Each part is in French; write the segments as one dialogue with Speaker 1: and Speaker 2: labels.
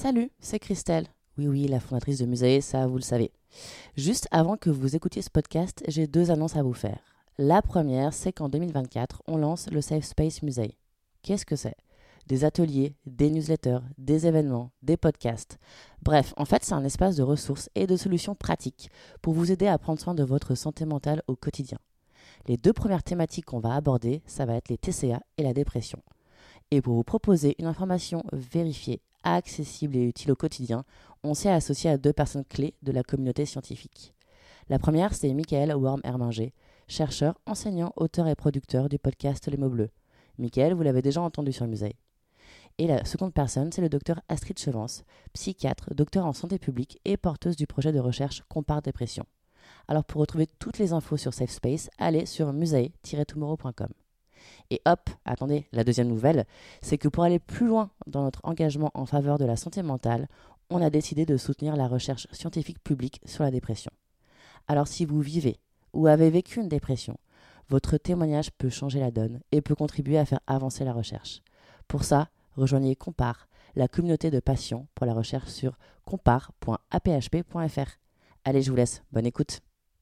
Speaker 1: Salut, c'est Christelle. Oui, la fondatrice de Musae, ça vous le savez. Juste avant que vous écoutiez ce podcast, j'ai 2 annonces à vous faire. La première, c'est qu'en 2024, on lance le Safe Space Musae. Qu'est-ce que c'est ? Des ateliers, des newsletters, des événements, des podcasts. Bref, en fait, c'est un espace de ressources et de solutions pratiques pour vous aider à prendre soin de votre santé mentale au quotidien. Les 2 premières thématiques qu'on va aborder, ça va être les TCA et la dépression. Et pour vous proposer une information vérifiée, accessible et utile au quotidien, on s'est associé à 2 personnes clés de la communauté scientifique. La première, c'est Michael Worm-Herminger, chercheur, enseignant, auteur et producteur du podcast Les mots bleus. Michael, vous l'avez déjà entendu sur Musae. Et la seconde personne, c'est le docteur Astrid Chevance, psychiatre, docteur en santé publique et porteuse du projet de recherche Compare Dépression. Alors pour retrouver toutes les infos sur Safe Space, allez sur musae-tomorrow.com. Et hop, attendez, la deuxième nouvelle, c'est que pour aller plus loin dans notre engagement en faveur de la santé mentale, on a décidé de soutenir la recherche scientifique publique sur la dépression. Alors si vous vivez ou avez vécu une dépression, votre témoignage peut changer la donne et peut contribuer à faire avancer la recherche. Pour ça, rejoignez Compare, la communauté de patients pour la recherche sur compare.aphp.fr. Allez, je vous laisse, bonne écoute.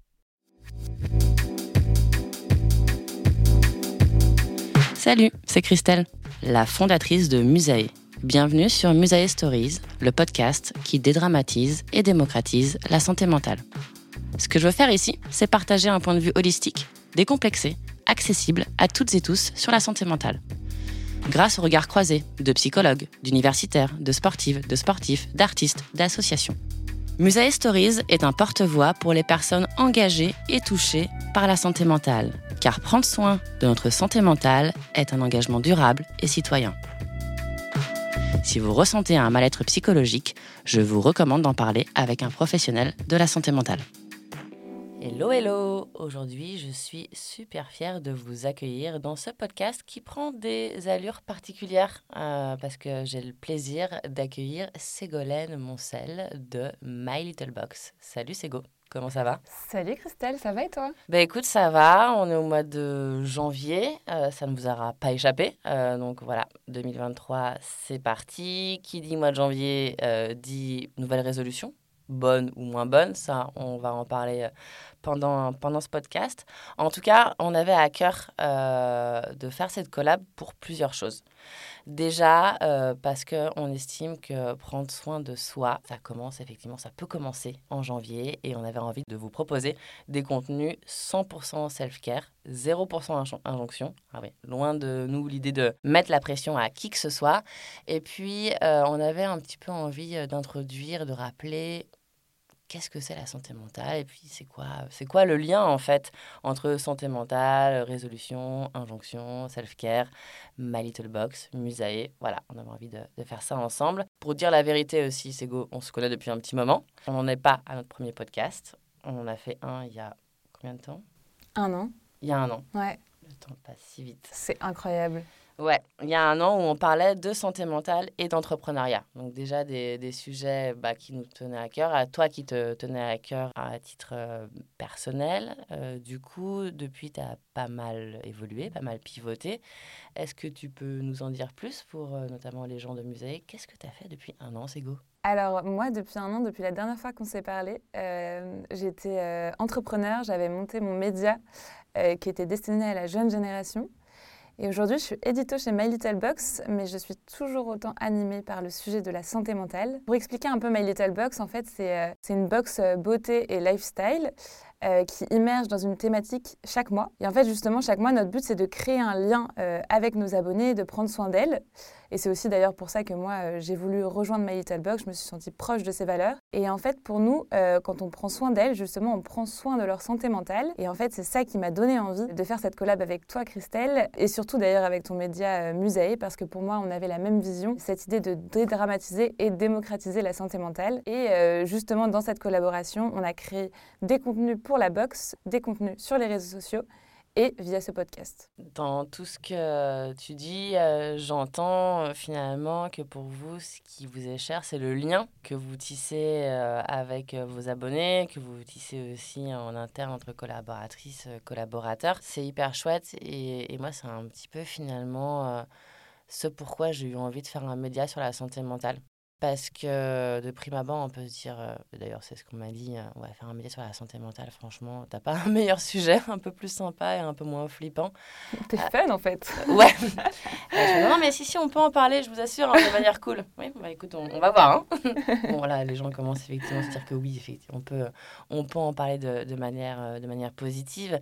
Speaker 1: Salut, c'est Christelle, la fondatrice de Musae. Bienvenue sur Musae Stories, le podcast qui dédramatise et démocratise la santé mentale. Ce que je veux faire ici, c'est partager un point de vue holistique, décomplexé, accessible à toutes et tous sur la santé mentale. Grâce au regard croisé de psychologues, d'universitaires, de sportives, de sportifs, d'artistes, d'associations. Musae Stories est un porte-voix pour les personnes engagées et touchées par la santé mentale. Car prendre soin de notre santé mentale est un engagement durable et citoyen. Si vous ressentez un mal-être psychologique, je vous recommande d'en parler avec un professionnel de la santé mentale. Hello! Aujourd'hui, je suis super fière de vous accueillir dans ce podcast qui prend des allures particulières parce que j'ai le plaisir d'accueillir Ségolène Moncel de My Little Box. Salut Ségo, comment ça va?
Speaker 2: Salut Christelle, ça va et toi?
Speaker 1: Écoute, ça va, on est au mois de janvier, ça ne vous aura pas échappé. Donc voilà, 2023, c'est parti. Qui dit mois de janvier dit nouvelle résolution, bonne ou moins bonne, ça on va en parler pendant ce podcast. En tout cas, on avait à cœur de faire cette collab pour plusieurs choses. Déjà, parce qu'on estime que prendre soin de soi, ça peut commencer en janvier et on avait envie de vous proposer des contenus 100% self-care, 0% injonction. Ah oui, loin de nous l'idée de mettre la pression à qui que ce soit. Et puis, on avait un petit peu envie d'introduire, de rappeler qu'est-ce que c'est la santé mentale et puis c'est quoi le lien en fait entre santé mentale, résolution, injonction, self-care, My Little Box, Musae. Voilà, on avait envie de faire ça ensemble. Pour dire la vérité aussi, Ségo, on se connaît depuis un petit moment. On n'en est pas à notre premier podcast. On en a fait un il y a combien de temps ?
Speaker 2: 1 an.
Speaker 1: Il y a 1 an.
Speaker 2: Ouais.
Speaker 1: Le temps passe si vite.
Speaker 2: C'est incroyable.
Speaker 1: Ouais, il y a 1 an où on parlait de santé mentale et d'entrepreneuriat. Donc déjà des sujets qui nous tenaient à cœur, à toi qui te tenais à cœur à titre personnel. Du coup, depuis, tu as pas mal évolué, pas mal pivoté. Est-ce que tu peux nous en dire plus pour notamment les gens de Musae ? Qu'est-ce que tu as fait depuis 1 an, Ségo ?
Speaker 2: Alors moi, depuis 1 an, depuis la dernière fois qu'on s'est parlé, j'étais entrepreneur, j'avais monté mon média qui était destiné à la jeune génération. Et aujourd'hui, je suis édito chez My Little Box, mais je suis toujours autant animée par le sujet de la santé mentale. Pour expliquer un peu My Little Box, en fait, c'est une box beauté et lifestyle qui immerge dans une thématique chaque mois. Et en fait, justement, chaque mois, notre but, c'est de créer un lien avec nos abonnés, de prendre soin d'elles. Et c'est aussi d'ailleurs pour ça que moi, j'ai voulu rejoindre My Little Box. Je me suis sentie proche de ses valeurs. Et en fait, pour nous, quand on prend soin d'elles, justement, on prend soin de leur santé mentale. Et en fait, c'est ça qui m'a donné envie de faire cette collab avec toi, Christelle, et surtout d'ailleurs avec ton média Musae, parce que pour moi, on avait la même vision, cette idée de dédramatiser et démocratiser la santé mentale. Et justement, dans cette collaboration, on a créé des contenus pour la box, des contenus sur les réseaux sociaux et via ce podcast.
Speaker 1: Dans tout ce que tu dis, j'entends finalement que pour vous, ce qui vous est cher, c'est le lien que vous tissez avec vos abonnés, que vous tissez aussi en interne entre collaboratrices, collaborateurs. C'est hyper chouette et moi, c'est un petit peu finalement ce pourquoi j'ai eu envie de faire un média sur la santé mentale. Parce que de prime abord, on peut se dire, d'ailleurs c'est ce qu'on m'a dit, on va faire un métier sur la santé mentale, franchement, t'as pas un meilleur sujet, un peu plus sympa et un peu moins flippant.
Speaker 2: T'es fun en fait.
Speaker 1: Ouais. Je me dis, non mais si, on peut en parler, je vous assure, hein, de manière cool. Oui, bah écoute, on va voir. Hein. Bon là, les gens commencent effectivement à se dire que oui, effectivement, on peut en parler de manière positive.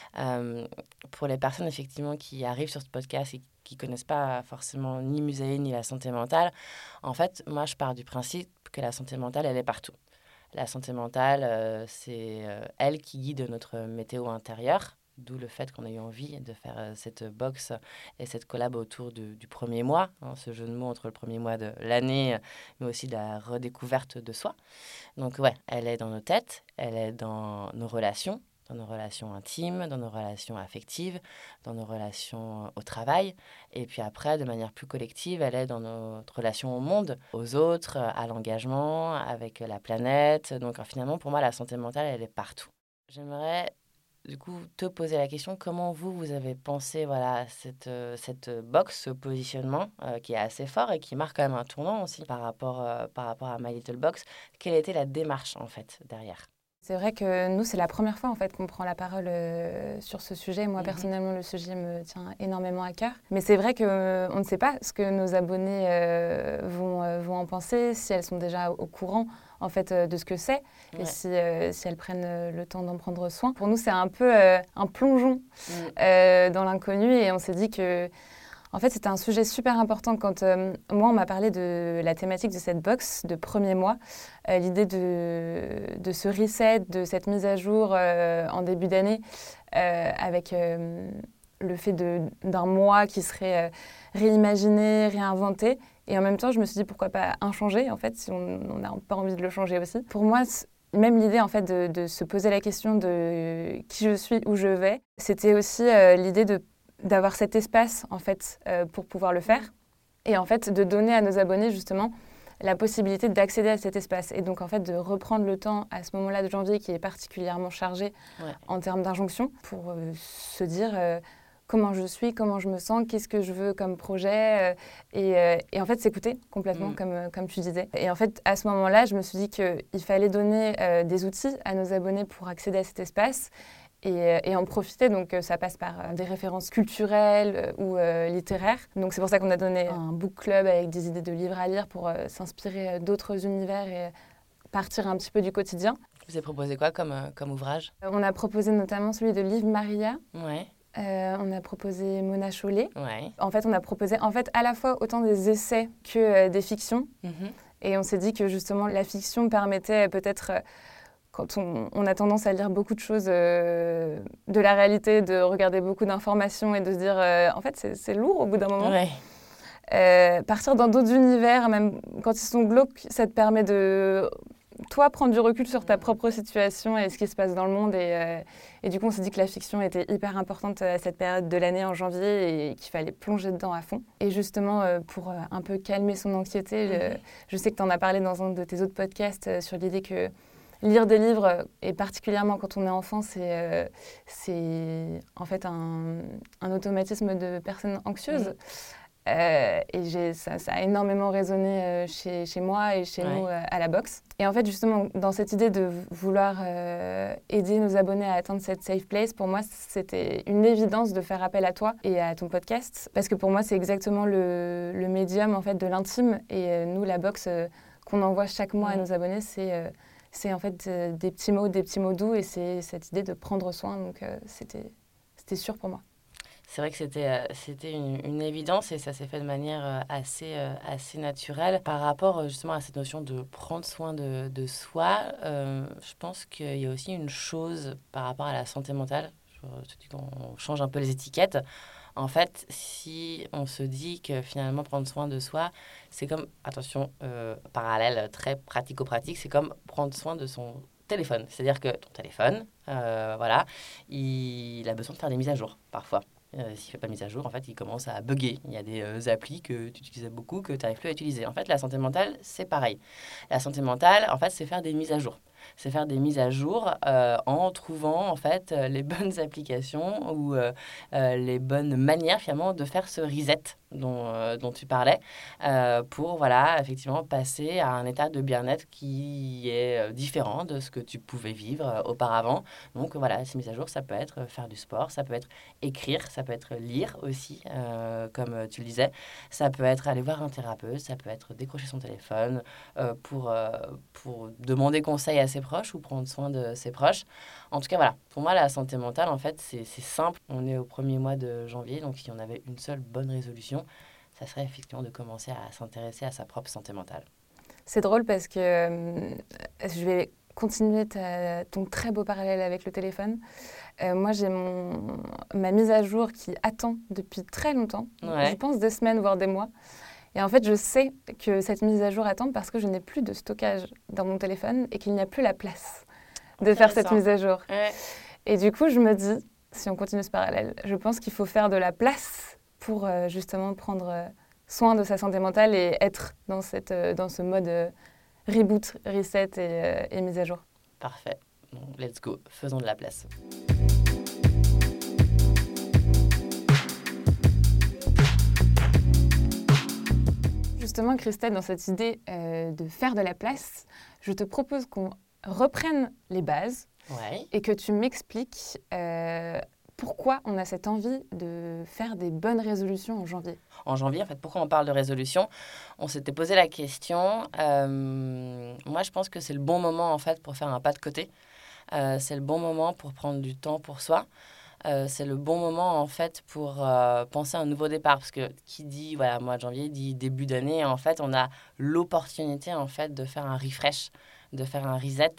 Speaker 1: Pour les personnes effectivement qui arrivent sur ce podcast et qui connaissent pas forcément ni Musaï ni la santé mentale, en fait, moi je pars du principe que la santé mentale, elle est partout. La santé mentale, c'est elle qui guide notre météo intérieure, d'où le fait qu'on ait eu envie de faire cette box et cette collab autour du premier mois, hein, ce jeu de mots entre le premier mois de l'année, mais aussi de la redécouverte de soi. Donc ouais, elle est dans nos têtes, elle est dans nos relations intimes, dans nos relations affectives, dans nos relations au travail. Et puis après, de manière plus collective, elle est dans notre relation au monde, aux autres, à l'engagement, avec la planète. Donc finalement, pour moi, la santé mentale, elle est partout. J'aimerais du coup te poser la question, comment vous avez pensé voilà, cette box, ce positionnement qui est assez fort et qui marque quand même un tournant aussi par rapport à My Little Box. Quelle était la démarche en fait derrière?
Speaker 2: C'est vrai que nous, c'est la première fois en fait qu'on prend la parole sur ce sujet. Moi, personnellement, le sujet me tient énormément à cœur. Mais c'est vrai qu'on ne sait pas ce que nos abonnés vont en penser, si elles sont déjà au courant en fait de ce que c'est et si elles prennent le temps d'en prendre soin. Pour nous, c'est un peu un plongeon dans l'inconnu et on s'est dit que en fait, c'était un sujet super important quand moi, on m'a parlé de la thématique de cette box de premier mois. L'idée de ce reset, de cette mise à jour en début d'année avec le fait d'un mois qui serait réimaginé, réinventé. Et en même temps, je me suis dit, pourquoi pas inchanger, en fait, si on n'a pas envie de le changer aussi. Pour moi, même l'idée en fait de se poser la question de qui je suis, où je vais, c'était aussi l'idée d'avoir cet espace en fait pour pouvoir le faire et en fait de donner à nos abonnés justement la possibilité d'accéder à cet espace et donc en fait de reprendre le temps à ce moment-là de janvier qui est particulièrement chargé en termes d'injonctions pour se dire comment je suis, comment je me sens, qu'est-ce que je veux comme projet et en fait s'écouter complètement comme tu disais. Et en fait à ce moment-là je me suis dit qu'il fallait donner des outils à nos abonnés pour accéder à cet espace et en profiter. Donc, ça passe par des références culturelles ou littéraires. Donc, c'est pour ça qu'on a donné un book club avec des idées de livres à lire pour s'inspirer d'autres univers et partir un petit peu du quotidien.
Speaker 1: Vous avez proposé quoi comme ouvrage?
Speaker 2: On a proposé notamment celui de Liv Maria.
Speaker 1: Ouais.
Speaker 2: On a proposé Mona Chollet.
Speaker 1: Ouais.
Speaker 2: En fait, on a proposé à la fois autant des essais que des fictions. Et on s'est dit que justement, la fiction permettait peut-être... quand on a tendance à lire beaucoup de choses de la réalité, de regarder beaucoup d'informations et de se dire, en fait, c'est lourd au bout d'un moment. Ouais. Partir dans d'autres univers, même quand ils sont glauques, ça te permet de, toi, prendre du recul sur ta propre situation et ce qui se passe dans le monde. Et du coup, on s'est dit que la fiction était hyper importante à cette période de l'année, en janvier, et qu'il fallait plonger dedans à fond. Et justement, pour un peu calmer son anxiété, je sais que tu en as parlé dans un de tes autres podcasts sur l'idée que lire des livres, et particulièrement quand on est enfant, c'est en fait un automatisme de personne anxieuse. Et ça a énormément résonné chez moi et chez nous à la boxe. Et en fait, justement, dans cette idée de vouloir aider nos abonnés à atteindre cette safe place, pour moi, c'était une évidence de faire appel à toi et à ton podcast. Parce que pour moi, c'est exactement le médium en fait, de l'intime. Et nous, la boxe qu'on envoie chaque mois à nos abonnés, c'est en fait des petits mots doux, et c'est cette idée de prendre soin. Donc, c'était sûr pour moi.
Speaker 1: C'est vrai que c'était une évidence et ça s'est fait de manière assez naturelle. Par rapport justement à cette notion de prendre soin de soi, je pense qu'il y a aussi une chose par rapport à la santé mentale. Je dis qu'on change un peu les étiquettes. En fait, si on se dit que finalement prendre soin de soi, c'est comme, attention, parallèle très pratico-pratique, c'est comme prendre soin de son téléphone. C'est-à-dire que ton téléphone, voilà, il a besoin de faire des mises à jour parfois. S'il ne fait pas de mise à jour, en fait, il commence à bugger. Il y a des applis que tu utilisais beaucoup, que tu n'arrives plus à utiliser. En fait, la santé mentale, c'est pareil. La santé mentale, en fait, c'est faire des mises à jour. c'est faire des mises à jour en trouvant en fait les bonnes applications ou les bonnes manières finalement de faire ce reset dont tu parlais pour voilà effectivement passer à un état de bien-être qui est différent de ce que tu pouvais vivre auparavant. Donc voilà, ces mises à jour, ça peut être faire du sport, ça peut être écrire, ça peut être lire aussi, comme tu le disais, ça peut être aller voir un thérapeute, ça peut être décrocher son téléphone pour demander conseil à ses proches ou prendre soin de ses proches. En tout cas, voilà, pour moi, la santé mentale, en fait, c'est simple. On est au premier mois de janvier, donc si on avait une seule bonne résolution, ça serait effectivement de commencer à s'intéresser à sa propre santé mentale.
Speaker 2: C'est drôle parce que je vais continuer ton très beau parallèle avec le téléphone. Moi, j'ai ma mise à jour qui attend depuis très longtemps.
Speaker 1: Ouais.
Speaker 2: Je pense des semaines, voire des mois. Et en fait, je sais que cette mise à jour attend parce que je n'ai plus de stockage dans mon téléphone et qu'il n'y a plus la place de faire cette mise à jour.
Speaker 1: Ouais.
Speaker 2: Et du coup, je me dis, si on continue ce parallèle, je pense qu'il faut faire de la place pour justement prendre soin de sa santé mentale et être dans ce mode reboot, reset et mise à jour.
Speaker 1: Parfait. Bon, let's go. Faisons de la place.
Speaker 2: Justement, Christelle, dans cette idée de faire de la place, je te propose qu'on reprenne les bases et que tu m'expliques pourquoi on a cette envie de faire des bonnes résolutions en janvier.
Speaker 1: En janvier, en fait, pourquoi on parle de résolution ? On s'était posé la question. Moi, je pense que c'est le bon moment, en fait, pour faire un pas de côté. C'est le bon moment pour prendre du temps pour soi. C'est le bon moment, en fait, pour penser à un nouveau départ. Parce que qui dit, voilà, mois de janvier, dit début d'année. En fait, on a l'opportunité, en fait, de faire un refresh, de faire un reset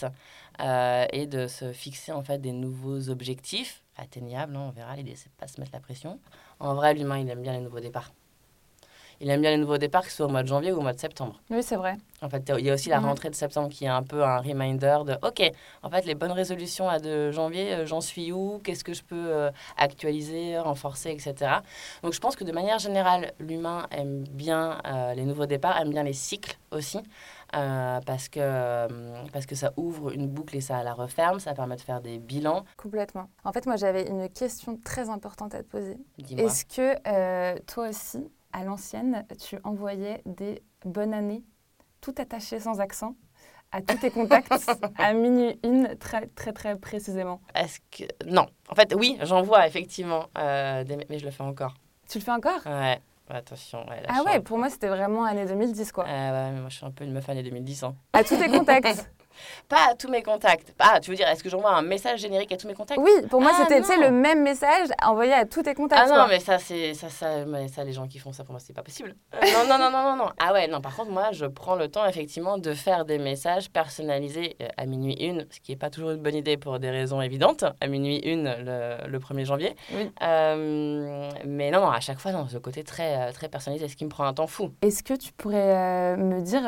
Speaker 1: et de se fixer, en fait, des nouveaux objectifs atteignables. On verra, l'idée, c'est pas se mettre la pression. En vrai, l'humain, il aime bien les nouveaux départs. Il aime bien les nouveaux départs, que ce soit au mois de janvier ou au mois de septembre.
Speaker 2: Oui, c'est vrai.
Speaker 1: En fait, il y a aussi la rentrée de septembre qui est un peu un reminder de « Ok, en fait, les bonnes résolutions de janvier, j'en suis où ? Qu'est-ce que je peux actualiser, renforcer, etc. » Donc, je pense que de manière générale, l'humain aime bien les nouveaux départs, aime bien les cycles aussi, parce que ça ouvre une boucle et ça la referme, ça permet de faire des bilans.
Speaker 2: Complètement. En fait, moi, j'avais une question très importante à te poser.
Speaker 1: Dis-moi.
Speaker 2: Est-ce que toi aussi, à l'ancienne, tu envoyais des bonnes années tout attachées sans accent à tous tes contacts à minuit 1, très, très, très précisément?
Speaker 1: Est-ce que... Non. En fait, oui, j'envoie effectivement, mais je le fais encore.
Speaker 2: Tu le fais encore?
Speaker 1: Ouais. Attention. Ouais,
Speaker 2: ah ouais, pour moi, c'était vraiment année 2010, quoi.
Speaker 1: Ouais, mais moi, je suis un peu une meuf année 2010. Hein.
Speaker 2: À tous tes contacts?
Speaker 1: Pas à tous mes contacts. Ah, tu veux dire, est-ce que j'envoie un message générique à tous mes contacts?
Speaker 2: Oui, pour moi, c'était le même message envoyé à tous tes contacts.
Speaker 1: Ah non,
Speaker 2: quoi.
Speaker 1: mais ça, les gens qui font ça, pour moi, c'est pas possible. Non. Ah ouais, non, par contre, moi, je prends le temps, effectivement, de faire des messages personnalisés à minuit 1, ce qui n'est pas toujours une bonne idée pour des raisons évidentes, à minuit 1, le 1er janvier.
Speaker 2: Oui.
Speaker 1: Mais non, à chaque fois, non, ce côté très, très personnalisé, ce qui me prend un temps fou.
Speaker 2: Est-ce que tu pourrais me dire,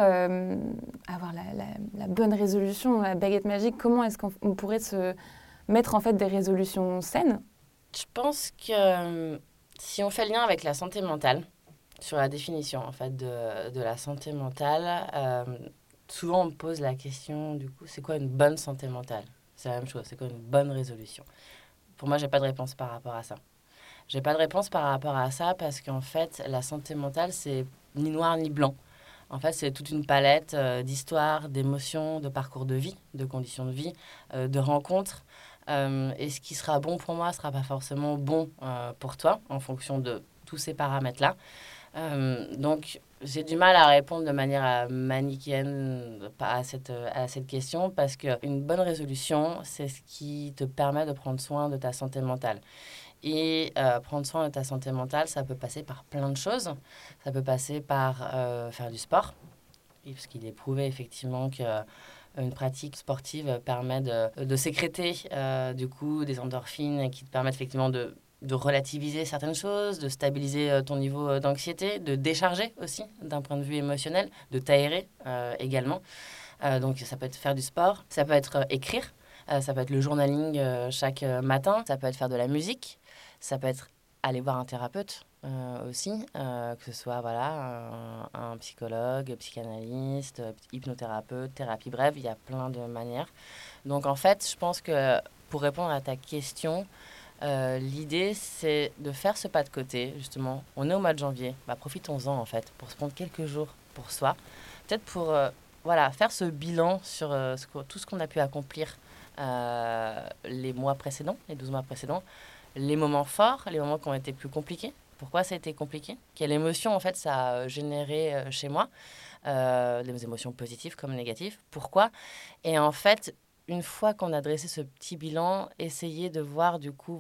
Speaker 2: avoir la bonne résolution, la baguette magique, comment est-ce qu'on pourrait se mettre en fait des résolutions saines?
Speaker 1: Je pense que si on fait le lien avec la santé mentale, sur la définition en fait de la santé mentale, souvent on me pose la question du coup, c'est quoi une bonne santé mentale? C'est la même chose, c'est quoi une bonne résolution? Pour moi, j'ai pas de réponse par rapport à ça. J'ai pas de réponse par rapport à ça parce qu'en fait, la santé mentale, c'est ni noir ni blanc. En fait, c'est toute une palette d'histoires, d'émotions, de parcours de vie, de conditions de vie, de rencontres. Et ce qui sera bon pour moi ne sera pas forcément bon pour toi, en fonction de tous ces paramètres-là. Donc, j'ai du mal à répondre de manière manichéenne à cette question, parce qu'une bonne résolution, c'est ce qui te permet de prendre soin de ta santé mentale. Et prendre soin de ta santé mentale, ça peut passer par plein de choses. Ça peut passer par faire du sport, parce qu'il est prouvé effectivement qu'une pratique sportive permet de sécréter du coup des endorphines qui te permettent effectivement de relativiser certaines choses, de stabiliser ton niveau d'anxiété, de décharger aussi d'un point de vue émotionnel, de t'aérer également. Donc ça peut être faire du sport, ça peut être écrire, ça peut être le journaling chaque matin, ça peut être faire de la musique. Ça peut être aller voir un thérapeute aussi, que ce soit un psychologue, psychanalyste, hypnothérapeute, thérapie, bref, il y a plein de manières. Donc en fait, je pense que pour répondre à ta question, l'idée c'est de faire ce pas de côté, justement. On est au mois de janvier, profitons-en en fait, pour se prendre quelques jours pour soi, peut-être pour faire ce bilan sur tout ce qu'on a pu accomplir les mois précédents, les 12 mois précédents, les moments forts, les moments qui ont été plus compliqués. Pourquoi ça a été compliqué? Quelle émotion en fait ça a généré chez moi? Des émotions positives comme négatives. Pourquoi? Et en fait, une fois qu'on a dressé ce petit bilan, essayer de voir du coup,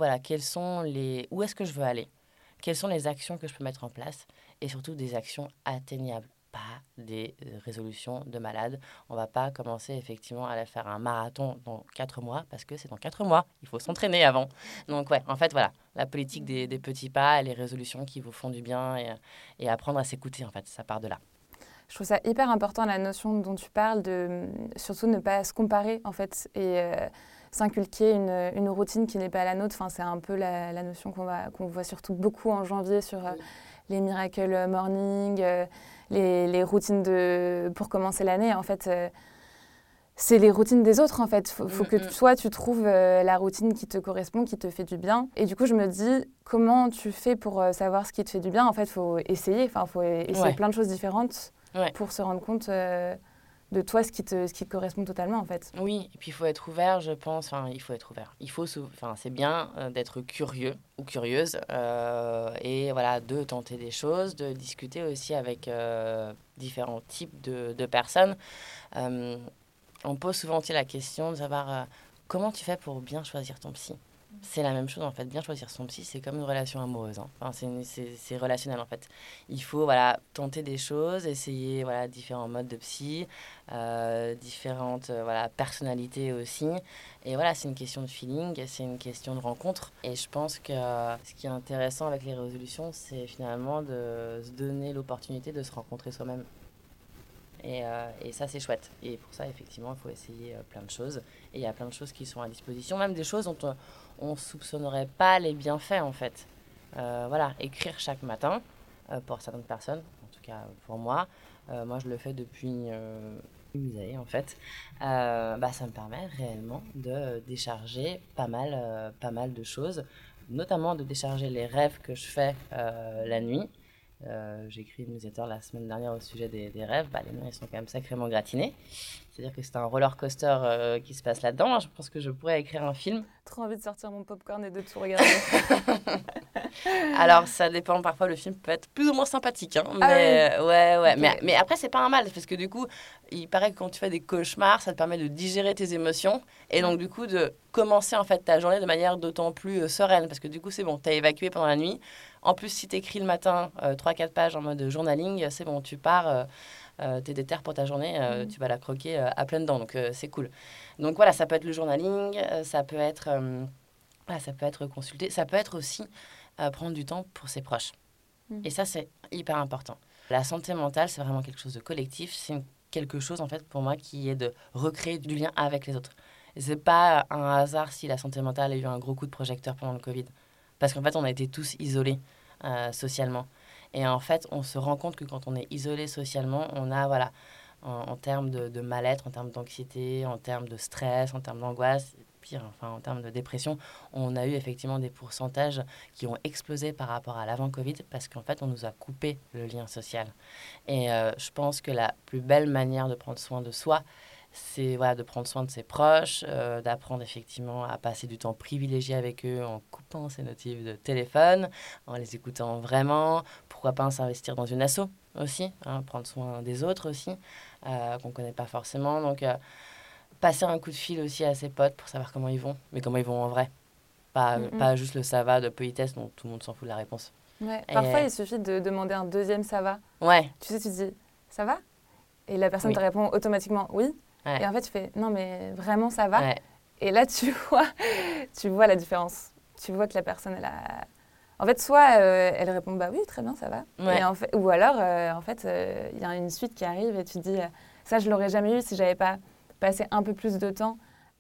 Speaker 1: où est-ce que je veux aller? Quelles sont les actions que je peux mettre en place? Et surtout des actions atteignables, pas des résolutions de malade. On va pas commencer effectivement à aller faire un marathon dans 4 mois, parce que c'est dans 4 mois. Il faut s'entraîner avant. Donc ouais, en fait voilà, la politique des petits pas et les résolutions qui vous font du bien et apprendre à s'écouter, en fait, ça part de là.
Speaker 2: Je trouve ça hyper important, la notion dont tu parles, de surtout ne pas se comparer, en fait, et s'inculquer une routine qui n'est pas la nôtre. Enfin, c'est un peu la notion qu'on voit surtout beaucoup en janvier sur les Miracle Morning, les routines pour commencer l'année. En fait, c'est les routines des autres, en fait. Faut que toi, tu trouves la routine qui te correspond, qui te fait du bien. Et du coup, je me dis, comment tu fais pour savoir ce qui te fait du bien? En fait, il faut essayer. Enfin, il faut essayer plein de choses différentes. Pour se rendre compte de toi, ce qui te correspond totalement, en fait.
Speaker 1: Oui, et puis il faut être ouvert, je pense. Enfin, il faut être ouvert. C'est bien d'être curieux ou curieuse et voilà, de tenter des choses, de discuter aussi avec différents types de personnes. On pose souvent la question de savoir comment tu fais pour bien choisir ton psy. C'est la même chose en fait, bien choisir son psy, c'est comme une relation amoureuse. Hein. Enfin, c'est relationnel en fait. Il faut tenter des choses, essayer différents modes de psy, différentes personnalités aussi. Et c'est une question de feeling, c'est une question de rencontre. Et je pense que ce qui est intéressant avec les résolutions, c'est finalement de se donner l'opportunité de se rencontrer soi-même. Et ça, c'est chouette. Et pour ça, effectivement, il faut essayer plein de choses. Et il y a plein de choses qui sont à disposition, même des choses dont on ne soupçonnerait pas les bienfaits, en fait. Écrire chaque matin, pour certaines personnes, en tout cas pour moi. Moi, je le fais depuis Musae, en fait. Ça me permet réellement de décharger pas mal de choses, notamment de décharger les rêves que je fais la nuit. J'ai écrit une newsletter la semaine dernière au sujet des rêves. Les miens, ils sont quand même sacrément gratinés. C'est-à-dire que c'est un roller coaster qui se passe là-dedans. Je pense que je pourrais écrire un film.
Speaker 2: Trop envie de sortir mon popcorn et de tout regarder.
Speaker 1: Alors, ça dépend. Parfois, le film peut être plus ou moins sympathique. Hein, mais,
Speaker 2: oui.
Speaker 1: Ouais. Okay. Mais après, c'est pas un mal. Parce que du coup, il paraît que quand tu fais des cauchemars, ça te permet de digérer tes émotions. Et donc, du coup, de commencer en fait ta journée de manière d'autant plus sereine. Parce que du coup, c'est bon, t'as évacué pendant la nuit. En plus, si t'écris le matin 3-4 pages en mode journaling, c'est bon, tu pars... t'es déter pour ta journée, tu vas la croquer à pleines dents, donc c'est cool. Donc voilà, ça peut être le journaling, ça peut être consulter, ça peut être aussi prendre du temps pour ses proches. Et ça, c'est hyper important. La santé mentale, c'est vraiment quelque chose de collectif, c'est quelque chose en fait pour moi qui est de recréer du lien avec les autres. Et c'est pas un hasard si la santé mentale a eu un gros coup de projecteur pendant le Covid, parce qu'en fait, on a été tous isolés socialement. Et en fait, on se rend compte que quand on est isolé socialement, on a, en termes de mal-être, en termes d'anxiété, en termes de stress, en termes d'angoisse, pire, en termes de dépression, on a eu effectivement des pourcentages qui ont explosé par rapport à l'avant-Covid parce qu'en fait, on nous a coupé le lien social. Et je pense que la plus belle manière de prendre soin de soi, c'est de prendre soin de ses proches, d'apprendre effectivement à passer du temps privilégié avec eux en coupant ses notifs de téléphone, en les écoutant vraiment. Pourquoi pas s'investir dans une asso aussi, prendre soin des autres aussi, qu'on ne connaît pas forcément. Donc, passer un coup de fil aussi à ses potes pour savoir comment ils vont, mais comment ils vont en vrai. Pas juste le ça va de politesse dont tout le monde s'en fout de la réponse.
Speaker 2: Ouais. Parfois, il suffit de demander un deuxième ça va.
Speaker 1: Ouais.
Speaker 2: Tu sais, tu dis ça va? Et la personne te répond automatiquement oui. Ouais. Et en fait, tu fais non, mais vraiment ça va? Ouais. Et là, tu vois la différence. Tu vois que la personne, elle a. En fait, soit elle répond bah oui, très bien, ça va. Ouais. Et en fait, ou alors, en fait, il y a une suite qui arrive et tu te dis ça, je l'aurais jamais eu si j'avais pas passé un peu plus de temps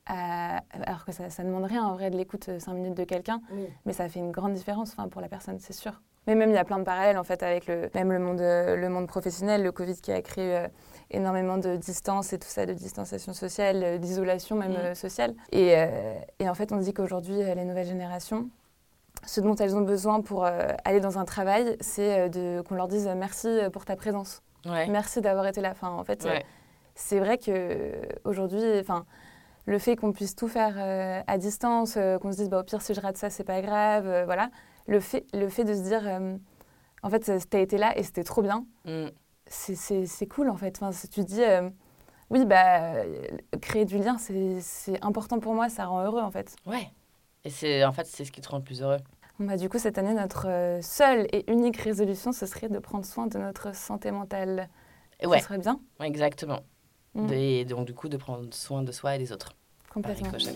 Speaker 2: alors que ça ne demande rien en vrai de l'écoute 5 minutes de quelqu'un, mais ça fait une grande différence pour la personne, c'est sûr. Mais même il y a plein de parallèles en fait avec le monde professionnel, le Covid qui a créé énormément de distance et tout ça, de distanciation sociale, d'isolation même sociale. Et en fait, on se dit qu'aujourd'hui, les nouvelles générations, ce dont elles ont besoin pour aller dans un travail, c'est qu'on leur dise merci pour ta présence. Ouais. Merci d'avoir été là. Enfin, en fait, c'est vrai qu'aujourd'hui, le fait qu'on puisse tout faire à distance, qu'on se dise au pire si je rate ça, c'est pas grave, voilà. Le fait de se dire, en fait, t'as été là et c'était trop bien, c'est cool en fait. Enfin, si tu te dis, oui, créer du lien, c'est important pour moi, ça rend heureux en fait.
Speaker 1: Ouais, et c'est ce qui te rend le plus heureux.
Speaker 2: Du coup, cette année, notre seule et unique résolution, ce serait de prendre soin de notre santé mentale. Ouais. Ce serait bien.
Speaker 1: Exactement. Et donc, du coup, de prendre soin de soi et des autres.
Speaker 2: Complètement.
Speaker 1: Tu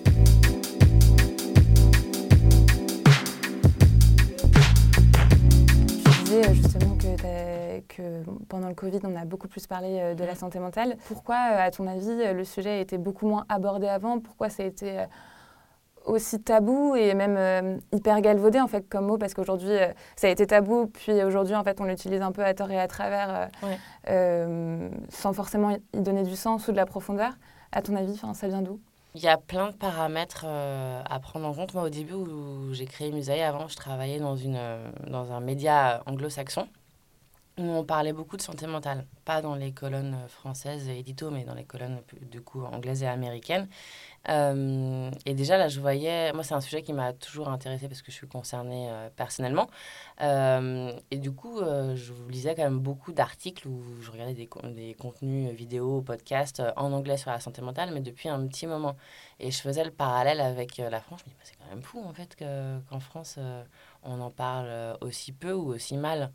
Speaker 2: disais justement que pendant le Covid, on a beaucoup plus parlé de la santé mentale. Pourquoi, à ton avis, le sujet a été beaucoup moins abordé avant ? Pourquoi ça a été aussi tabou et même hyper galvaudé en fait comme mot, parce qu'aujourd'hui ça a été tabou, puis aujourd'hui en fait on l'utilise un peu à tort et à travers sans forcément y donner du sens ou de la profondeur. À ton avis, ça vient d'où ?
Speaker 1: Il y a plein de paramètres à prendre en compte. Moi, au début où j'ai créé Musae, avant je travaillais dans un média anglo-saxon où on parlait beaucoup de santé mentale, pas dans les colonnes françaises et édito, mais dans les colonnes du coup anglaises et américaines. Et déjà là je voyais, moi c'est un sujet qui m'a toujours intéressée parce que je suis concernée personnellement, et du coup je lisais quand même beaucoup d'articles où je regardais des contenus vidéo, podcasts en anglais sur la santé mentale, mais depuis un petit moment, et je faisais le parallèle avec la France. Je me dis c'est quand même fou en fait qu'en France on en parle aussi peu ou aussi mal.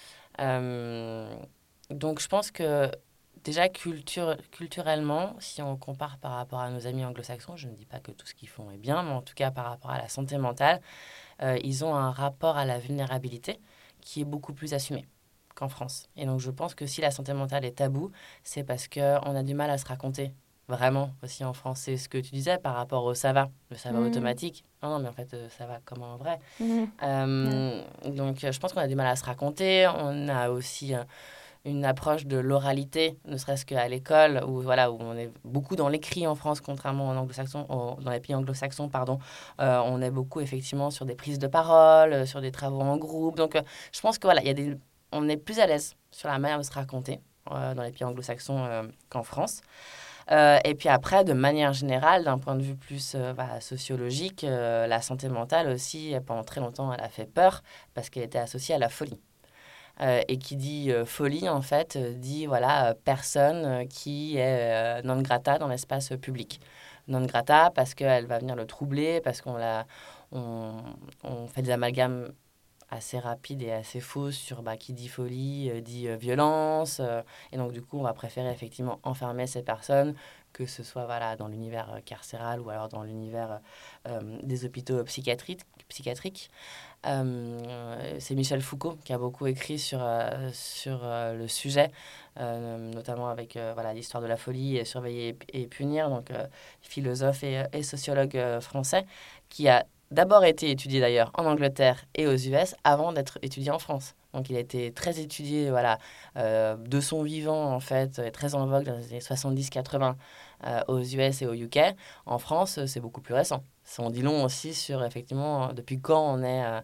Speaker 1: Donc je pense que déjà, culturellement, si on compare par rapport à nos amis anglo-saxons, je ne dis pas que tout ce qu'ils font est bien, mais en tout cas par rapport à la santé mentale, ils ont un rapport à la vulnérabilité qui est beaucoup plus assumé qu'en France. Et donc je pense que si la santé mentale est tabou, c'est parce qu'on a du mal à se raconter. Vraiment, aussi en France, c'est ce que tu disais par rapport au ça va, le ça va automatique. Non, mais en fait, ça va comme en vrai. Donc je pense qu'on a du mal à se raconter. On a aussi une approche de l'oralité, ne serait-ce qu'à l'école, où on est beaucoup dans l'écrit en France, contrairement dans les pays anglo-saxons, on est beaucoup effectivement sur des prises de parole, sur des travaux en groupe. Donc, je pense que on est plus à l'aise sur la manière de se raconter dans les pays anglo-saxons qu'en France. Et puis après, de manière générale, d'un point de vue plus sociologique, la santé mentale aussi, pendant très longtemps, elle a fait peur parce qu'elle était associée à la folie. Et qui dit folie, en fait, dit personne qui est non grata dans l'espace public. Non grata parce qu'elle va venir le troubler, parce qu'on fait des amalgames assez rapides et assez fausses sur qui dit folie, dit violence. Et donc, du coup, on va préférer effectivement enfermer ces personnes, que ce soit dans l'univers carcéral ou alors dans l'univers des hôpitaux psychiatriques. C'est Michel Foucault qui a beaucoup écrit sur le sujet, notamment avec l'histoire de la folie, et surveiller et punir, donc philosophe et sociologue français, qui a d'abord été étudié d'ailleurs en Angleterre et aux US avant d'être étudié en France. Donc il a été très étudié de son vivant en fait, très en vogue dans les années 70-80 aux US et au UK. En France, c'est beaucoup plus récent. Ça en dit long aussi sur effectivement depuis quand on est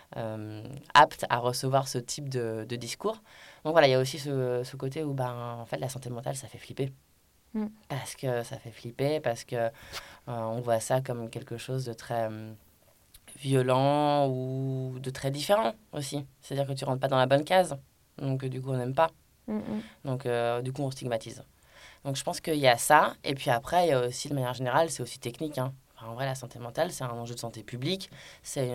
Speaker 1: apte à recevoir ce type de discours. Donc il y a aussi ce côté où en fait la santé mentale ça fait flipper. Parce que ça fait flipper, parce que on voit ça comme quelque chose de très violent ou de très différent aussi. C'est-à-dire que tu rentres pas dans la bonne case. Donc du coup on n'aime pas. Donc du coup on stigmatise. Donc je pense qu'il y a ça. Et puis après, il y a aussi, de manière générale, c'est aussi technique. En vrai, la santé mentale, c'est un enjeu de santé publique. C'est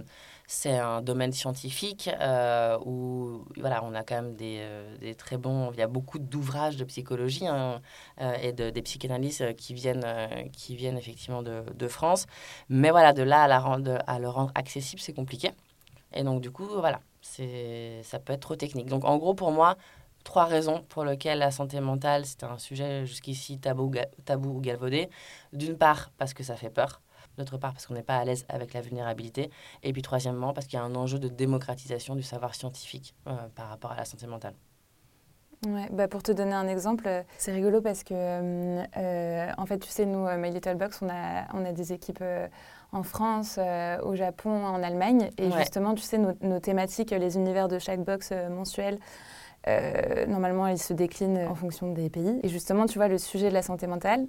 Speaker 1: un domaine scientifique où on a quand même des très bons... Il y a beaucoup d'ouvrages de psychologie et des psychanalystes qui viennent effectivement de France. Mais de là à le rendre accessible, c'est compliqué. Et donc du coup, ça peut être trop technique. Donc en gros, pour moi, 3 raisons pour lesquelles la santé mentale, c'était un sujet jusqu'ici tabou ou galvaudé. D'une part, parce que ça fait peur. D'autre part, parce qu'on n'est pas à l'aise avec la vulnérabilité. Et puis troisièmement, parce qu'il y a un enjeu de démocratisation du savoir scientifique par rapport à la santé mentale.
Speaker 2: Ouais, bah pour te donner un exemple, c'est rigolo parce que, en fait, tu sais, nous, My Little Box, on a des équipes en France, au Japon, en Allemagne. Et justement, tu sais, nos thématiques, les univers de chaque box mensuelle, normalement, ils se déclinent en fonction des pays. Et justement, tu vois, le sujet de la santé mentale,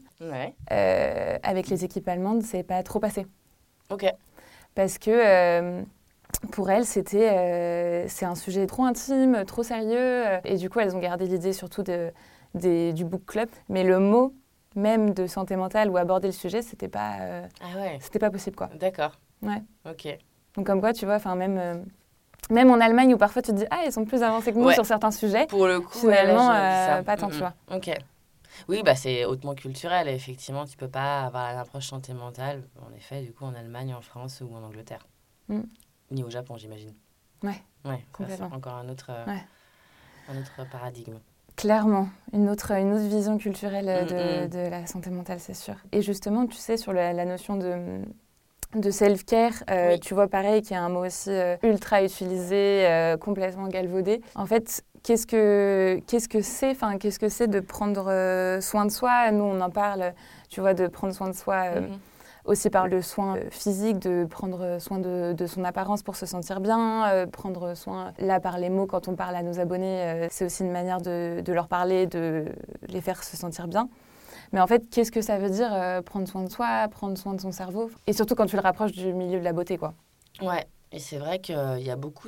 Speaker 2: avec les équipes allemandes, c'est pas trop passé.
Speaker 1: Ok.
Speaker 2: Parce que... pour elles, c'est un sujet trop intime, trop sérieux. Et du coup, elles ont gardé l'idée surtout du book club. Mais le mot même de santé mentale ou aborder le sujet, c'était pas possible, quoi.
Speaker 1: D'accord.
Speaker 2: Ouais.
Speaker 1: Ok.
Speaker 2: Donc comme quoi, tu vois, même en Allemagne où parfois tu te dis « Ah, ils sont plus avancés que nous sur certains sujets »,
Speaker 1: pour le coup,
Speaker 2: finalement,
Speaker 1: ça.
Speaker 2: pas tant, tu vois.
Speaker 1: Ok. Oui, bah, c'est hautement culturel. Et effectivement, tu peux pas avoir l'approche santé mentale, en effet, du coup, en Allemagne, en France ou en Angleterre. Ni au Japon, j'imagine.
Speaker 2: Ouais,
Speaker 1: complètement. C'est encore un autre paradigme.
Speaker 2: Clairement, une autre vision culturelle de la santé mentale, c'est sûr. Et justement, tu sais, sur la notion de self-care, tu vois pareil qu'il y a un mot aussi ultra utilisé, complètement galvaudé. En fait, qu'est-ce que c'est, qu'est-ce que c'est de prendre soin de soi? Nous, on en parle, tu vois, de prendre soin de soi aussi par le soin physique, de prendre soin de son apparence pour se sentir bien, prendre soin, là, par les mots, quand on parle à nos abonnés, c'est aussi une manière de leur parler, de les faire se sentir bien. Mais en fait, qu'est-ce que ça veut dire prendre soin de soi, prendre soin de son cerveau? Et surtout quand tu le rapproches du milieu de la beauté, quoi.
Speaker 1: Ouais, et c'est vrai qu'il y a beaucoup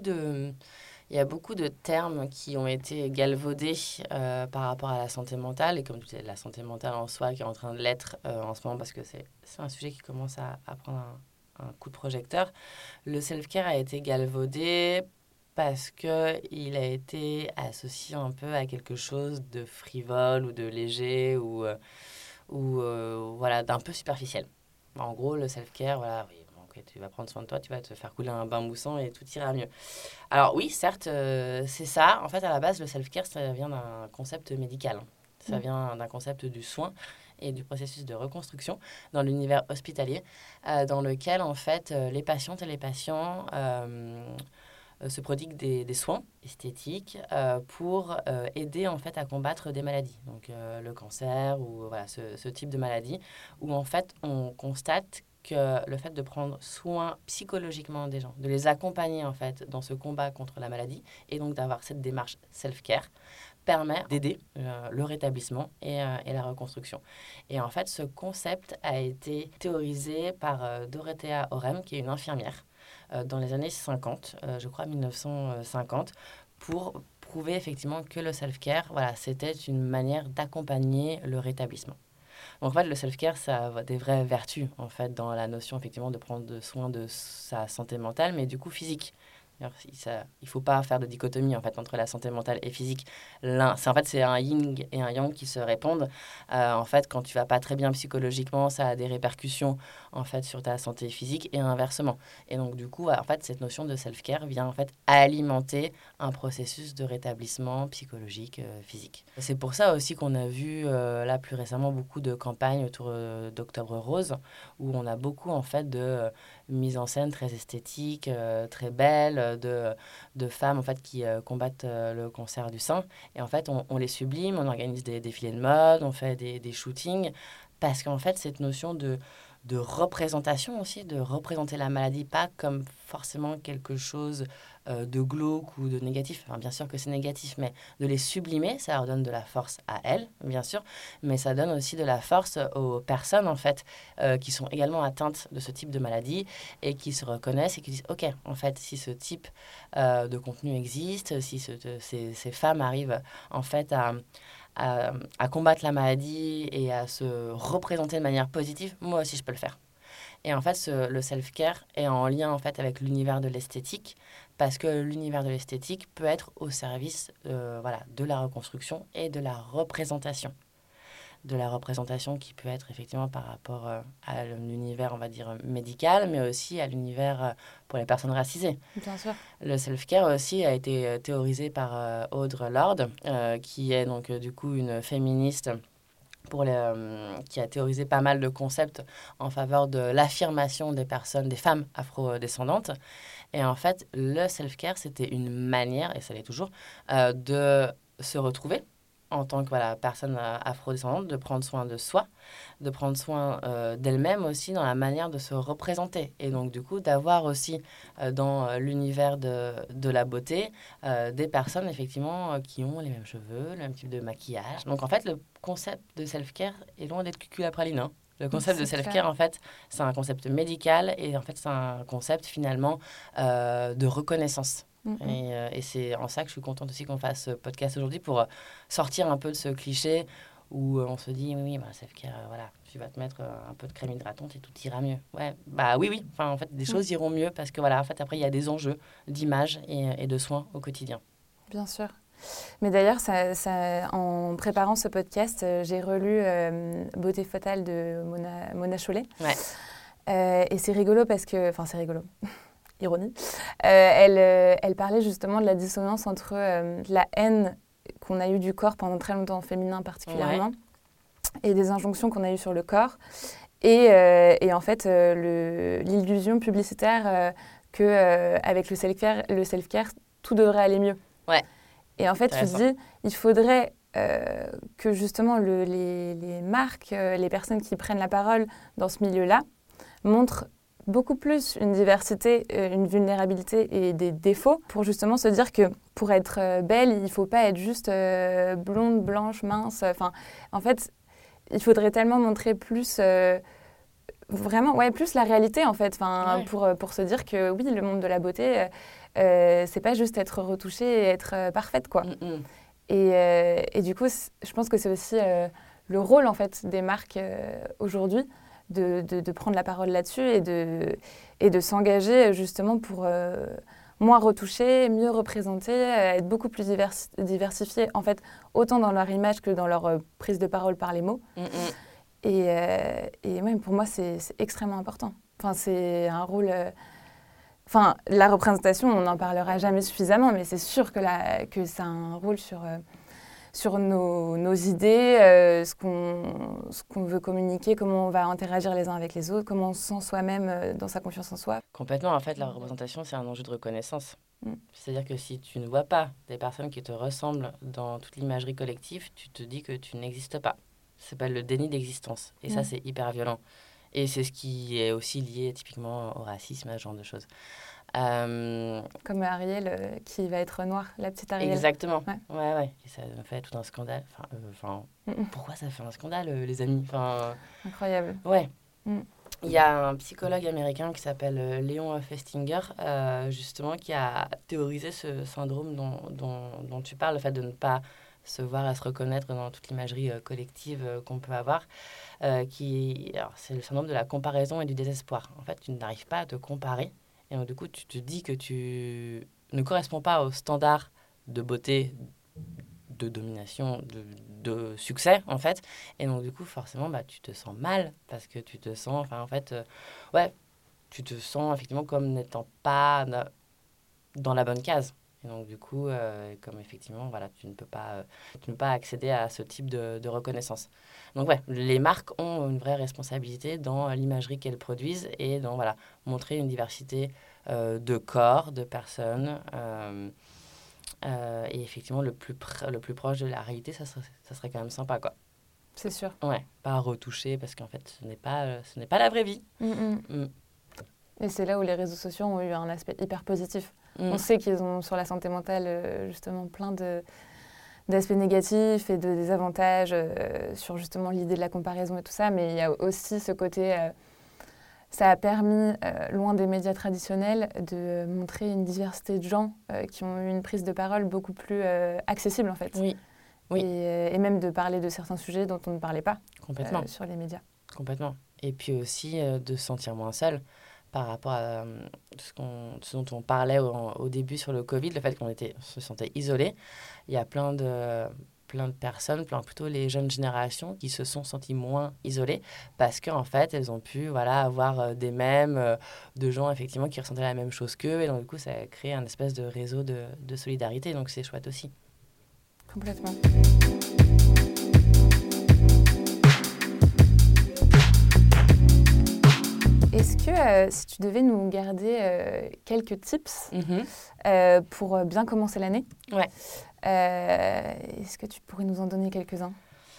Speaker 1: de termes qui ont été galvaudés par rapport à la santé mentale. Et comme tu disais, la santé mentale en soi qui est en train de l'être en ce moment parce que c'est un sujet qui commence à prendre un coup de projecteur. Le self-care a été galvaudé parce qu'il a été associé un peu à quelque chose de frivole ou de léger ou voilà, d'un peu superficiel. En gros, le self-care, voilà, oui, ok, tu vas prendre soin de toi, tu vas te faire couler un bain moussant et tout ira mieux. Alors oui, certes, c'est ça. En fait, à la base, le self-care, ça vient d'un concept médical. Ça vient d'un concept du soin et du processus de reconstruction dans l'univers hospitalier, dans lequel, en fait, les patientes et les patients se prodiguent des soins esthétiques pour aider, en fait, à combattre des maladies. Donc, le cancer ou voilà, ce type de maladie, où, en fait, on constate que le fait de prendre soin psychologiquement des gens, de les accompagner en fait dans ce combat contre la maladie et donc d'avoir cette démarche self-care permet d'aider le rétablissement et la reconstruction. Et en fait, ce concept a été théorisé par Dorothea Orem, qui est une infirmière, dans les années 50, je crois 1950, pour prouver effectivement que le self-care, voilà, c'était une manière d'accompagner le rétablissement. Donc, en fait, le self-care, ça a des vraies vertus, en fait, dans la notion, effectivement, de prendre soin de sa santé mentale, mais du coup physique. Il ne faut pas faire de dichotomie, en fait, entre la santé mentale et physique. En fait, c'est un yin et un yang qui se répondent. En fait, quand tu vas pas très bien psychologiquement, ça a des répercussions, en fait, sur ta santé physique et inversement. Et donc, du coup, en fait, cette notion de self-care vient, en fait, alimenter un processus de rétablissement psychologique, physique. C'est pour ça aussi qu'on a vu, là, plus récemment, beaucoup de campagnes autour d'Octobre Rose, où on a beaucoup, en fait, de mise en scène très esthétique, très belle, de femmes, en fait, qui combattent le cancer du sein. Et en fait, on les sublime, on organise des défilés de mode, on fait des shootings, parce qu'en fait, cette notion de représentation aussi, de représenter la maladie, pas comme forcément quelque chose de glauque ou de négatif. Enfin, bien sûr que c'est négatif, mais de les sublimer, ça leur donne de la force à elles, bien sûr, mais ça donne aussi de la force aux personnes, en fait, qui sont également atteintes de ce type de maladie et qui se reconnaissent et qui disent, OK, en fait, si ce type de contenu existe, si ces femmes arrivent, en fait, à combattre la maladie et à se représenter de manière positive, moi aussi je peux le faire. Et en fait, le self-care est en lien en fait avec l'univers de l'esthétique parce que l'univers de l'esthétique peut être au service voilà, de la reconstruction et de la représentation. de la représentation qui peut être effectivement par rapport à l'univers, on va dire, médical, mais aussi à l'univers pour les personnes racisées.
Speaker 2: Bien sûr.
Speaker 1: Le self-care aussi a été théorisé par Audre Lorde, qui est donc du coup une féministe qui a théorisé pas mal de concepts en faveur de l'affirmation des personnes, des femmes afrodescendantes. Et en fait, le self-care, c'était une manière, et ça l'est toujours, de se retrouver en tant que personne afrodescendante, de prendre soin de soi, de prendre soin d'elle-même aussi dans la manière de se représenter. Et donc, du coup, d'avoir aussi dans l'univers de la beauté des personnes, effectivement, qui ont les mêmes cheveux, le même type de maquillage. Donc, en fait, le concept de self-care est loin d'être cucul-praline, hein. Le concept de self-care, en fait, c'est un concept médical et en fait, c'est un concept finalement de reconnaissance. Et c'est en ça que je suis contente aussi qu'on fasse ce podcast aujourd'hui pour sortir un peu de ce cliché où on se dit, oui, self-care, voilà, tu vas te mettre un peu de crème hydratante et tout ira mieux. Ouais, oui. Enfin, en fait, des choses iront mieux parce que voilà, en fait, après, il y a des enjeux d'image et de soins au quotidien.
Speaker 2: Bien sûr. Mais d'ailleurs, en préparant ce podcast, j'ai relu Beauté fatale de Mona Chollet.
Speaker 1: Ouais.
Speaker 2: Et c'est rigolo parce que... Enfin, c'est rigolo. Ironie. Elle parlait justement de la dissonance entre la haine qu'on a eue du corps pendant très longtemps, féminin particulièrement, et des injonctions qu'on a eues sur le corps. Et en fait, l'illusion publicitaire qu'avec le self-care, tout devrait aller mieux.
Speaker 1: Ouais.
Speaker 2: Et en fait, tu te dis, il faudrait que justement les marques, les personnes qui prennent la parole dans ce milieu-là, montrent beaucoup plus une diversité, une vulnérabilité et des défauts pour justement se dire que pour être belle, il ne faut pas être juste blonde, blanche, mince. Enfin, en fait, il faudrait tellement montrer plus... vraiment, plus la réalité en fait, pour se dire que oui, le monde de la beauté, c'est pas juste être retouchée et être parfaite, quoi. Et du coup, je pense que c'est aussi le rôle en fait des marques aujourd'hui de prendre la parole là-dessus et de s'engager justement pour moins retoucher, mieux représenter, être beaucoup plus diversifiées en fait, autant dans leur image que dans leur prise de parole par les mots. Et même pour moi, c'est extrêmement important. Enfin, c'est un rôle... la représentation, on n'en parlera jamais suffisamment, mais c'est sûr que c'est un rôle sur nos idées, ce qu'on veut communiquer, comment on va interagir les uns avec les autres, comment on se sent soi-même dans sa confiance en soi.
Speaker 1: Complètement. En fait, la représentation, c'est un enjeu de reconnaissance. C'est-à-dire que si tu ne vois pas des personnes qui te ressemblent dans toute l'imagerie collective, tu te dis que tu n'existes pas. Ça s'appelle le déni d'existence. Et ça, c'est hyper violent. Et c'est ce qui est aussi lié typiquement au racisme, à ce genre de choses.
Speaker 2: Comme Ariel qui va être noire, la petite Ariel.
Speaker 1: Exactement. Ouais. Et ça fait tout un scandale. Pourquoi ça fait un scandale, les amis?
Speaker 2: Incroyable.
Speaker 1: Ouais. Il y a un psychologue américain qui s'appelle Léon Festinger, justement, qui a théorisé ce syndrome dont tu parles, le fait de ne pas se voir et se reconnaître dans toute l'imagerie collective qu'on peut avoir. C'est le syndrome de la comparaison et du désespoir. En fait, tu n'arrives pas à te comparer. Et donc, du coup, tu te dis que tu ne corresponds pas aux standards de beauté, de domination, de succès, en fait. Et donc, du coup, forcément, tu te sens mal parce que tu te sens... tu te sens effectivement comme n'étant pas dans la bonne case. Et donc, du coup, comme effectivement, tu ne peux pas accéder à ce type de reconnaissance. Donc, les marques ont une vraie responsabilité dans l'imagerie qu'elles produisent et dans, montrer une diversité de corps, de personnes. Et effectivement, le plus proche de la réalité, ça serait quand même sympa, quoi.
Speaker 2: C'est sûr.
Speaker 1: Ouais, pas retoucher parce qu'en fait, ce n'est pas la vraie vie.
Speaker 2: Et c'est là où les réseaux sociaux ont eu un aspect hyper positif. On sait qu'ils ont sur la santé mentale justement plein d'aspects négatifs et de désavantages sur justement l'idée de la comparaison et tout ça, mais il y a aussi ce côté... ça a permis, loin des médias traditionnels, de montrer une diversité de gens qui ont eu une prise de parole beaucoup plus accessible en fait.
Speaker 1: Oui.
Speaker 2: Et même de parler de certains sujets dont on ne parlait pas sur les médias.
Speaker 1: Complètement. Et puis aussi de se sentir moins seul par rapport à ce dont on parlait au début sur le Covid, le fait qu'on se sentait isolé. Il y a plein plein de personnes, plutôt les jeunes générations qui se sont senties moins isolées parce qu'en fait, elles ont pu avoir des mèmes de gens effectivement qui ressentaient la même chose qu'eux. Et donc, du coup, ça a créé un espèce de réseau de solidarité. Donc, c'est chouette aussi.
Speaker 2: Complètement. Est-ce que si tu devais nous garder quelques tips pour bien commencer l'année, est-ce que tu pourrais nous en donner quelques-uns?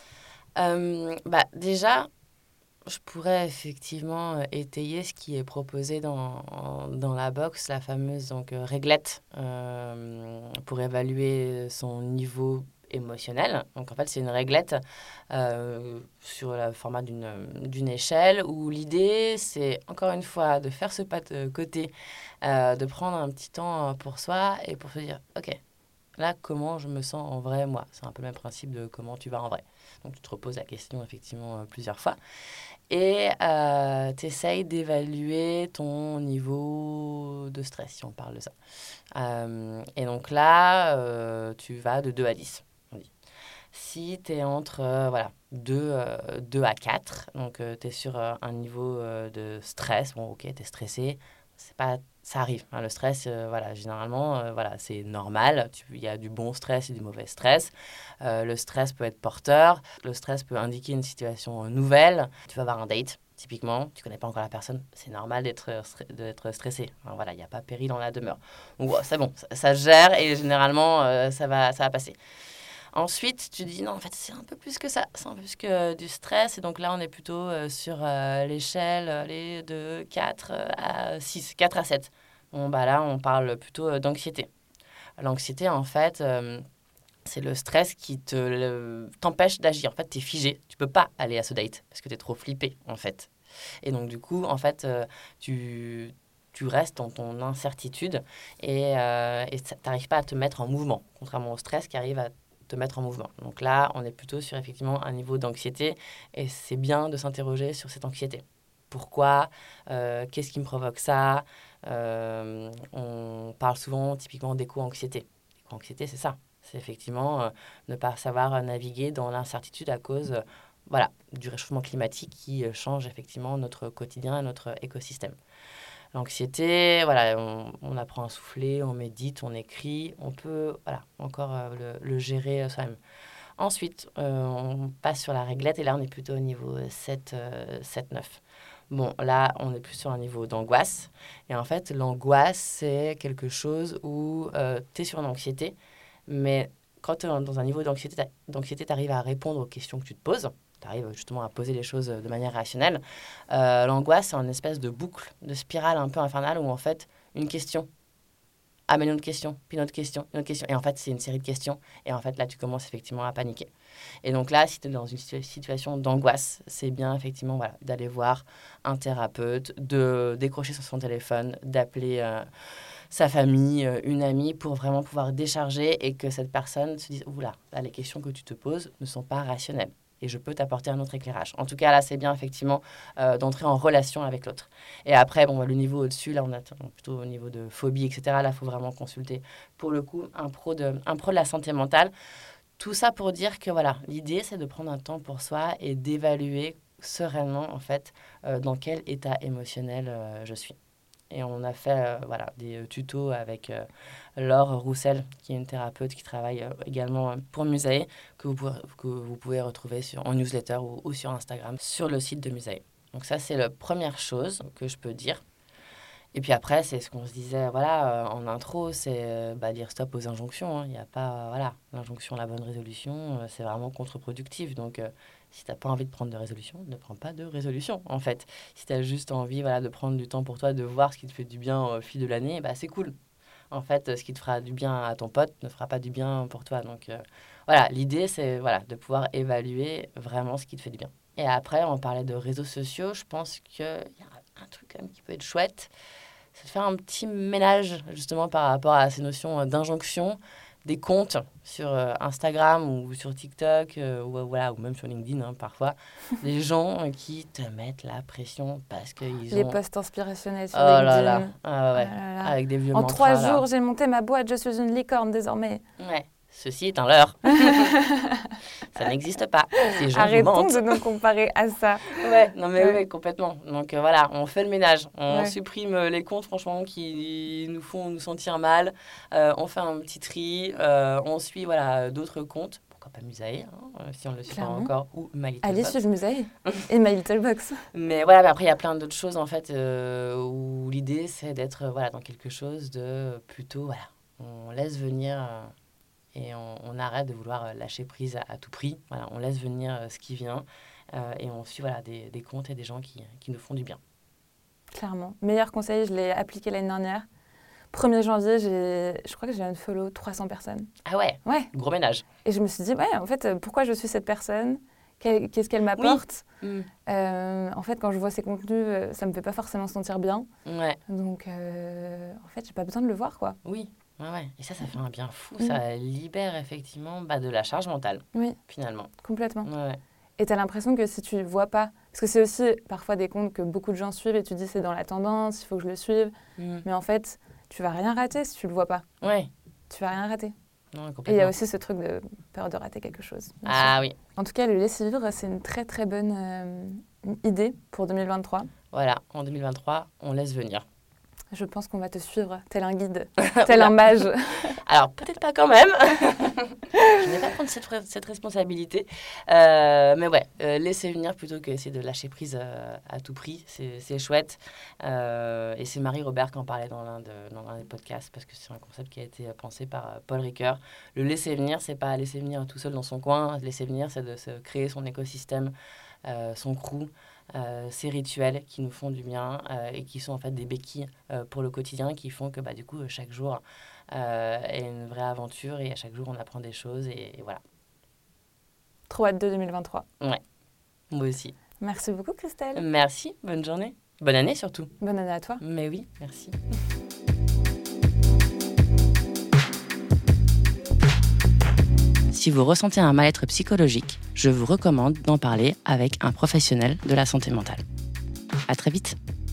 Speaker 1: Déjà, je pourrais effectivement étayer ce qui est proposé dans la box, la fameuse réglette pour évaluer son niveau émotionnel. Donc en fait, c'est une réglette sur le format d'une échelle où l'idée, c'est encore une fois de faire ce pas de côté, de prendre un petit temps pour soi et pour se dire, ok, là, comment je me sens en vrai, moi? C'est un peu le même principe de comment tu vas en vrai. Donc tu te reposes la question effectivement plusieurs fois. Et tu essayes d'évaluer ton niveau de stress, si on parle de ça. Et donc là, tu vas de 2 à 10, on dit. Si tu es entre 2 à 4, donc tu es sur un niveau de stress, bon ok, tu es stressé, c'est pas, ça arrive. Le stress, généralement, c'est normal. Il y a du bon stress et du mauvais stress. Le stress peut être porteur. Le stress peut indiquer une situation nouvelle. Tu vas avoir un date, typiquement. Tu connais pas encore la personne. C'est normal d'être stressé. Il n'y a pas péril dans la demeure. Donc, c'est bon, ça se gère et généralement, ça va passer. Ensuite, tu dis non, en fait, c'est un peu plus que ça. C'est un peu plus que du stress. Et donc là, on est plutôt sur l'échelle de 4 à 6, 4 à 7. Bon, là, on parle plutôt d'anxiété. L'anxiété, en fait, c'est le stress qui t'empêche d'agir. En fait, tu es figé. Tu peux pas aller à ce date parce que tu es trop flippé, en fait. Et donc, du coup, en fait, tu restes dans ton incertitude et tu n'arrives pas à te mettre en mouvement, contrairement au stress qui arrive à te mettre en mouvement. Donc là, on est plutôt sur effectivement un niveau d'anxiété et c'est bien de s'interroger sur cette anxiété. Pourquoi? Qu'est-ce qui me provoque ça? On parle souvent typiquement d'éco-anxiété. L'éco-anxiété, c'est ça. C'est effectivement ne pas savoir naviguer dans l'incertitude à cause du réchauffement climatique qui change effectivement notre quotidien et notre écosystème. L'anxiété, on apprend à souffler, on médite, on écrit, on peut encore le gérer soi-même. Ensuite, on passe sur la réglette et là, on est plutôt au niveau 7, 9. Bon, là, on est plus sur un niveau d'angoisse. Et en fait, l'angoisse, c'est quelque chose où tu es sur une anxiété, mais quand tu es dans un niveau d'anxiété, tu arrives à répondre aux questions que tu te poses. Tu arrives justement à poser les choses de manière rationnelle. L'angoisse, c'est une espèce de boucle, de spirale un peu infernale où en fait, une question amène une autre question, puis une autre question, une autre question. Et en fait, c'est une série de questions. Et en fait, là, tu commences effectivement à paniquer. Et donc là, si tu es dans une situation d'angoisse, c'est bien effectivement d'aller voir un thérapeute, de décrocher sur son téléphone, d'appeler sa famille, une amie, pour vraiment pouvoir décharger et que cette personne se dise « Oula, là, les questions que tu te poses ne sont pas rationnelles. » Et je peux t'apporter un autre éclairage. En tout cas, là, c'est bien, effectivement, d'entrer en relation avec l'autre. Et après, le niveau au-dessus, là, on est plutôt au niveau de phobie, etc. Là, il faut vraiment consulter, pour le coup, un pro de la santé mentale. Tout ça pour dire que, l'idée, c'est de prendre un temps pour soi et d'évaluer sereinement, en fait, dans quel état émotionnel je suis. Et on a fait des tutos avec Laure Roussel, qui est une thérapeute qui travaille également pour Musae, que vous pouvez retrouver en newsletter ou sur Instagram, sur le site de Musae. Donc ça, c'est la première chose que je peux dire. Et puis après, c'est ce qu'on se disait en intro, c'est dire stop aux injonctions. Il n'y a pas l'injonction, la bonne résolution, c'est vraiment contre-productif. Donc si tu n'as pas envie de prendre de résolution, ne prends pas de résolution en fait. Si tu as juste envie de prendre du temps pour toi, de voir ce qui te fait du bien au fil de l'année, c'est cool. En fait, ce qui te fera du bien à ton pote ne fera pas du bien pour toi. Donc l'idée c'est de pouvoir évaluer vraiment ce qui te fait du bien. Et après, on parlait de réseaux sociaux. Je pense qu'il y a un truc quand même qui peut être chouette. C'est de faire un petit ménage justement par rapport à ces notions d'injonction, des comptes sur Instagram ou sur TikTok ou même sur LinkedIn parfois, des gens qui te mettent la pression parce qu'ils ont...
Speaker 2: Les posts inspirationnels sur LinkedIn.
Speaker 1: Là là. Ah ouais. Avec des vieux
Speaker 2: en
Speaker 1: mantras.
Speaker 2: 3 jours, j'ai monté ma boîte, je suis une licorne désormais.
Speaker 1: Ouais, Ceci est un leurre. Ça n'existe pas. Ces gens vous
Speaker 2: Arrêtons
Speaker 1: mentent.
Speaker 2: de nous comparer à ça.
Speaker 1: Ouais, non mais
Speaker 2: Ouais.
Speaker 1: oui, complètement. Donc voilà, on fait le ménage. On
Speaker 2: Ouais.
Speaker 1: supprime les comptes, franchement, qui nous font nous sentir mal. On fait un petit tri. On suit voilà, d'autres comptes. Pourquoi pas Musae, si on ne le suit pas
Speaker 2: Clairement.
Speaker 1: encore, ou My Little
Speaker 2: Allez
Speaker 1: Box.
Speaker 2: suivre Musae et My Little Box.
Speaker 1: Mais voilà, mais après, il y a plein d'autres choses, en fait, où l'idée, c'est d'être voilà, dans quelque chose de plutôt, voilà, on laisse venir et on arrête de vouloir lâcher prise à tout prix. Voilà, on laisse venir ce qui vient et on suit voilà, des comptes et des gens qui nous font du bien.
Speaker 2: Clairement. Meilleur conseil, je l'ai appliqué l'année dernière. 1er janvier, je crois que j'ai unfollow 300 personnes.
Speaker 1: Ah ouais,
Speaker 2: Ouais.
Speaker 1: gros ménage.
Speaker 2: Et je me suis dit, ouais, en fait, pourquoi je suis cette personne? Qu'est-ce qu'elle m'apporte? En fait, quand je vois ses contenus, ça me fait pas forcément sentir bien.
Speaker 1: Ouais,
Speaker 2: Donc, en fait, j'ai pas besoin de le voir, quoi.
Speaker 1: oui. Ouais. Et ça fait un bien fou. Ça libère effectivement de la charge mentale,
Speaker 2: Oui,
Speaker 1: finalement.
Speaker 2: complètement.
Speaker 1: Ouais.
Speaker 2: Et tu as l'impression que si tu vois pas... Parce que c'est aussi parfois des comptes que beaucoup de gens suivent et tu dis c'est dans la tendance, il faut que je le suive. Mais en fait, tu vas rien rater si tu le vois pas.
Speaker 1: Ouais.
Speaker 2: Tu vas rien rater.
Speaker 1: Non,
Speaker 2: Et il
Speaker 1: complètement.
Speaker 2: y a aussi ce truc de peur de rater quelque chose. bien sûr.
Speaker 1: Ah oui.
Speaker 2: En tout cas, le laisser vivre, c'est une très très bonne idée pour 2023.
Speaker 1: Voilà, en 2023, on laisse venir.
Speaker 2: Je pense qu'on va te suivre tel un guide, tel un mage.
Speaker 1: Alors, peut-être pas quand même. Je ne vais pas prendre cette responsabilité. Mais ouais, laisser venir plutôt qu'essayer de lâcher prise à tout prix, c'est chouette. Et c'est Marie-Robert qui en parlait dans l'un des podcasts, parce que c'est un concept qui a été pensé par Paul Ricoeur. Le laisser venir, c'est pas laisser venir tout seul dans son coin. Laisser venir, c'est de se créer son écosystème, son crew. Ces rituels qui nous font du bien et qui sont en fait des béquilles pour le quotidien, qui font que du coup chaque jour est une vraie aventure et à chaque jour on apprend des choses et voilà.
Speaker 2: Trop hâte de 2023.
Speaker 1: Ouais, moi aussi.
Speaker 2: Merci beaucoup Christelle.
Speaker 1: Merci, bonne journée. Bonne année surtout.
Speaker 2: Bonne année à toi.
Speaker 1: Mais oui, merci. Si vous ressentez un mal-être psychologique, je vous recommande d'en parler avec un professionnel de la santé mentale. À très vite.